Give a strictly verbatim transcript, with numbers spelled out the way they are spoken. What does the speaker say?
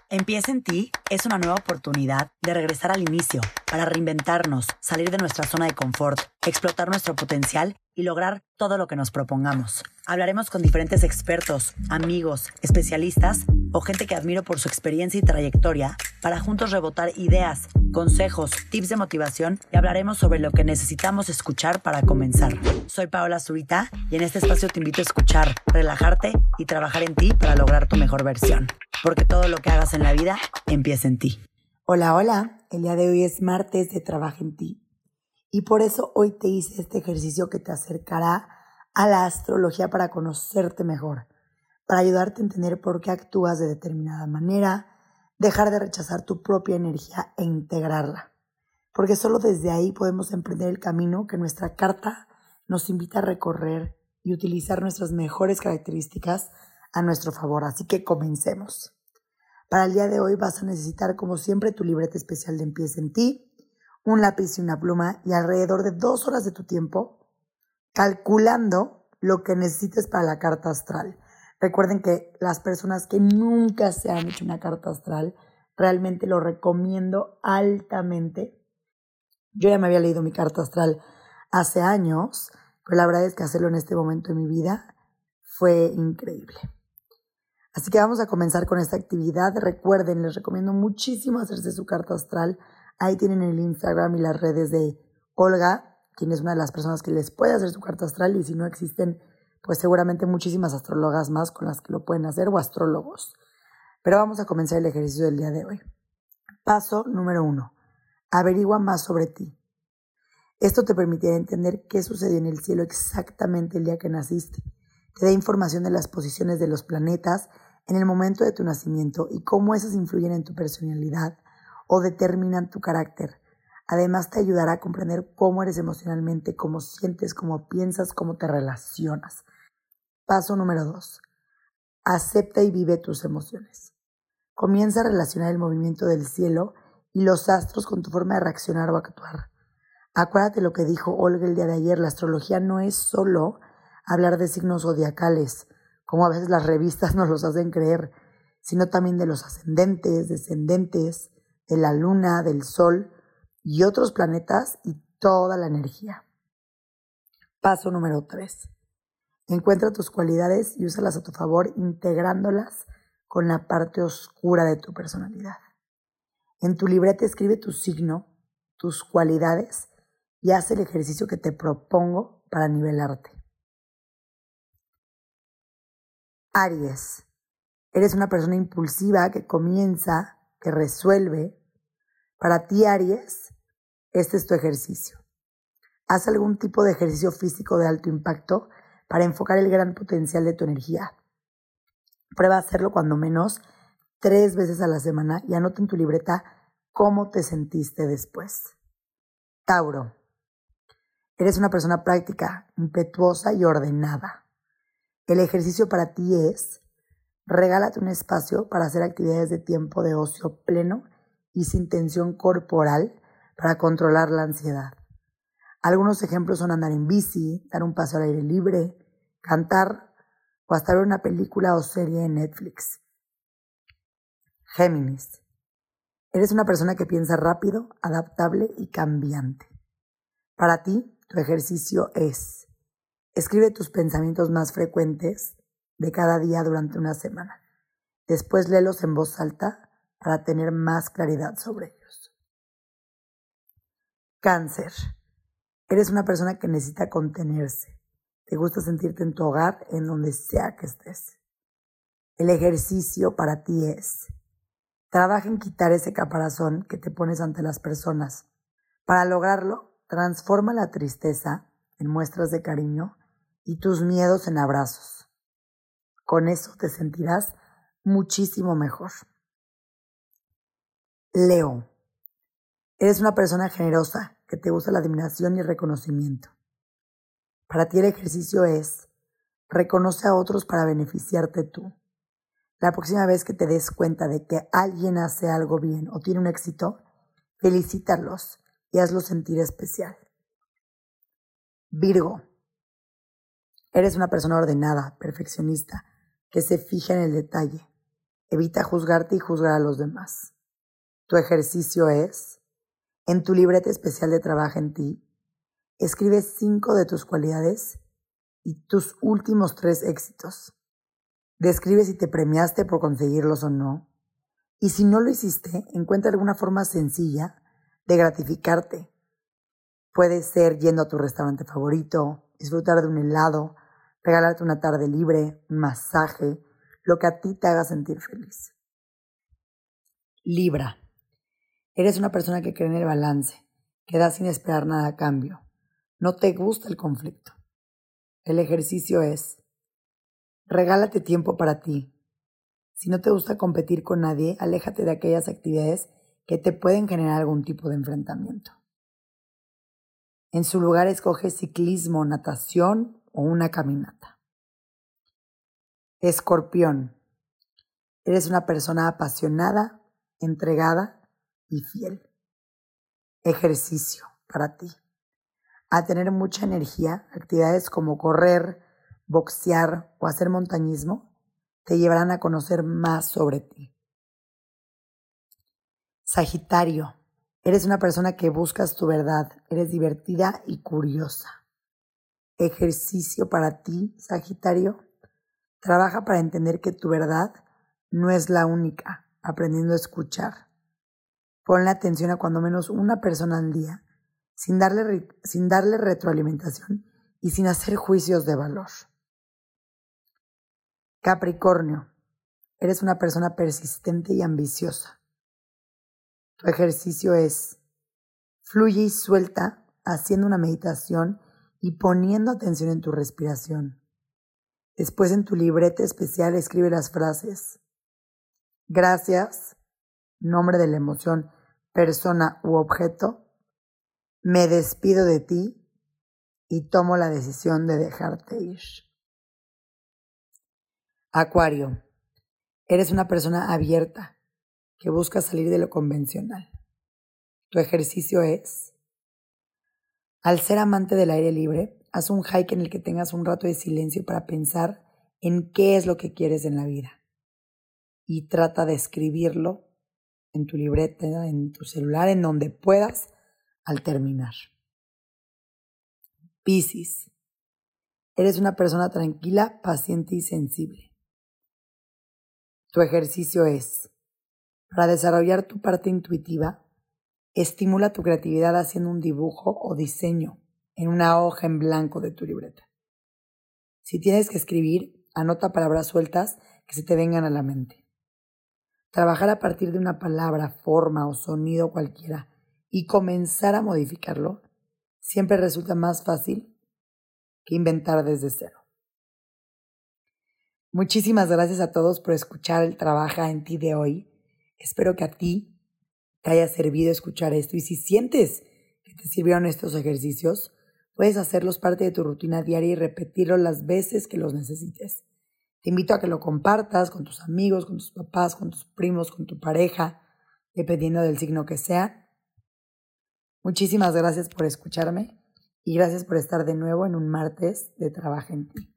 Empieza en ti es una nueva oportunidad de regresar al inicio, para reinventarnos, salir de nuestra zona de confort, explotar nuestro potencial y lograr todo lo que nos propongamos. Hablaremos con diferentes expertos, amigos, especialistas o gente que admiro por su experiencia y trayectoria para juntos rebotar ideas, consejos, tips de motivación y hablaremos sobre lo que necesitamos escuchar para comenzar. Soy Paola Zurita y en este espacio te invito a escuchar, relajarte y trabajar en ti para lograr tu mejor versión. Porque todo lo que hagas en la vida empieza en ti. Hola, hola. El día de hoy es martes de Trabaja en Ti. Y por eso hoy te hice este ejercicio que te acercará a la astrología para conocerte mejor, para ayudarte a entender por qué actúas de determinada manera, dejar de rechazar tu propia energía e integrarla. Porque solo desde ahí podemos emprender el camino que nuestra carta nos invita a recorrer y utilizar nuestras mejores características a nuestro favor. Así que comencemos. Para el día de hoy vas a necesitar, como siempre, tu libreta especial de Empieza en Ti, un lápiz y una pluma y alrededor de dos horas de tu tiempo calculando lo que necesites para la carta astral. Recuerden que las personas que nunca se han hecho una carta astral, realmente lo recomiendo altamente. Yo ya me había leído mi carta astral hace años, pero la verdad es que hacerlo en este momento de mi vida fue increíble. Así que vamos a comenzar con esta actividad. Recuerden, les recomiendo muchísimo hacerse su carta astral. Ahí tienen el Instagram y las redes de Olga, quien es una de las personas que les puede hacer su carta astral. Y si no existen, pues seguramente muchísimas astrólogas más con las que lo pueden hacer o astrólogos. Pero vamos a comenzar el ejercicio del día de hoy. Paso número uno. Averigua más sobre ti. Esto te permitirá entender qué sucedió en el cielo exactamente el día que naciste. Te da información de las posiciones de los planetas en el momento de tu nacimiento y cómo esas influyen en tu personalidad o determinan tu carácter. Además, te ayudará a comprender cómo eres emocionalmente, cómo sientes, cómo piensas, cómo te relacionas. Paso número dos. Acepta y vive tus emociones. Comienza a relacionar el movimiento del cielo y los astros con tu forma de reaccionar o actuar. Acuérdate lo que dijo Olga el día de ayer. La astrología no es solo hablar de signos zodiacales, como a veces las revistas nos los hacen creer, sino también de los ascendentes, descendentes, de la luna, del sol y otros planetas y toda la energía. Paso número tres. Encuentra tus cualidades y úsalas a tu favor, integrándolas con la parte oscura de tu personalidad. En tu libreta escribe tu signo, tus cualidades y haz el ejercicio que te propongo para nivelarte. Aries. Eres una persona impulsiva que comienza, que resuelve. Para ti, Aries, este es tu ejercicio. Haz algún tipo de ejercicio físico de alto impacto para enfocar el gran potencial de tu energía. Prueba a hacerlo cuando menos tres veces a la semana y anota en tu libreta cómo te sentiste después. Tauro. Eres una persona práctica, impetuosa y ordenada. El ejercicio para ti es: regálate un espacio para hacer actividades de tiempo de ocio pleno y sin tensión corporal para controlar la ansiedad. Algunos ejemplos son andar en bici, dar un paseo al aire libre, cantar o hasta ver una película o serie en Netflix. Géminis. Eres una persona que piensa rápido, adaptable y cambiante. Para ti, tu ejercicio es: escribe tus pensamientos más frecuentes de cada día durante una semana. Después léelos en voz alta para tener más claridad sobre ellos. Cáncer. Eres una persona que necesita contenerse. Te gusta sentirte en tu hogar, en donde sea que estés. El ejercicio para ti es: trabaja en quitar ese caparazón que te pones ante las personas. Para lograrlo, transforma la tristeza en muestras de cariño y tus miedos en abrazos. Con eso te sentirás muchísimo mejor. Leo. Eres una persona generosa que te gusta la admiración y el reconocimiento. Para ti el ejercicio es: reconoce a otros para beneficiarte tú. La próxima vez que te des cuenta de que alguien hace algo bien o tiene un éxito, felicítalos y hazlos sentir especial. Virgo. Eres una persona ordenada, perfeccionista, que se fija en el detalle. Evita juzgarte y juzgar a los demás. Tu ejercicio es, en tu libreta especial de Trabaja en Ti, escribe cinco de tus cualidades y tus últimos tres éxitos. Describe si te premiaste por conseguirlos o no. Y si no lo hiciste, encuentra alguna forma sencilla de gratificarte. Puede ser yendo a tu restaurante favorito, disfrutar de un helado, regalarte una tarde libre, un masaje, lo que a ti te haga sentir feliz. Libra. Eres una persona que cree en el balance, que da sin esperar nada a cambio. No te gusta el conflicto. El ejercicio es, regálate tiempo para ti. Si no te gusta competir con nadie, aléjate de aquellas actividades que te pueden generar algún tipo de enfrentamiento. En su lugar, escoge ciclismo, natación o una caminata. Escorpión. Eres una persona apasionada, entregada y fiel. Ejercicio para ti. A tener mucha energía, actividades como correr, boxear o hacer montañismo te llevarán a conocer más sobre ti. Sagitario. Eres una persona que buscas tu verdad, eres divertida y curiosa. Ejercicio para ti, Sagitario. Trabaja para entender que tu verdad no es la única, aprendiendo a escuchar. Ponle atención a cuando menos una persona al día, sin darle, sin darle retroalimentación y sin hacer juicios de valor. Capricornio. Eres una persona persistente y ambiciosa. Tu ejercicio es, fluye y suelta haciendo una meditación y poniendo atención en tu respiración. Después en tu libreta especial escribe las frases: gracias, nombre de la emoción, persona u objeto, me despido de ti y tomo la decisión de dejarte ir. Acuario. Eres una persona abierta que busca salir de lo convencional. Tu ejercicio es, al ser amante del aire libre, haz un hike en el que tengas un rato de silencio para pensar en qué es lo que quieres en la vida. Y trata de escribirlo en tu libreta, en tu celular, en donde puedas al terminar. Piscis. Eres una persona tranquila, paciente y sensible. Tu ejercicio es, para desarrollar tu parte intuitiva, estimula tu creatividad haciendo un dibujo o diseño en una hoja en blanco de tu libreta. Si tienes que escribir, anota palabras sueltas que se te vengan a la mente. Trabajar a partir de una palabra, forma o sonido cualquiera y comenzar a modificarlo siempre resulta más fácil que inventar desde cero. Muchísimas gracias a todos por escuchar el Trabaja en Ti de hoy. Espero que a ti te haya servido escuchar esto y si sientes que te sirvieron estos ejercicios, puedes hacerlos parte de tu rutina diaria y repetirlos las veces que los necesites. Te invito a que lo compartas con tus amigos, con tus papás, con tus primos, con tu pareja, dependiendo del signo que sea. Muchísimas gracias por escucharme y gracias por estar de nuevo en un martes de Trabaja en Ti.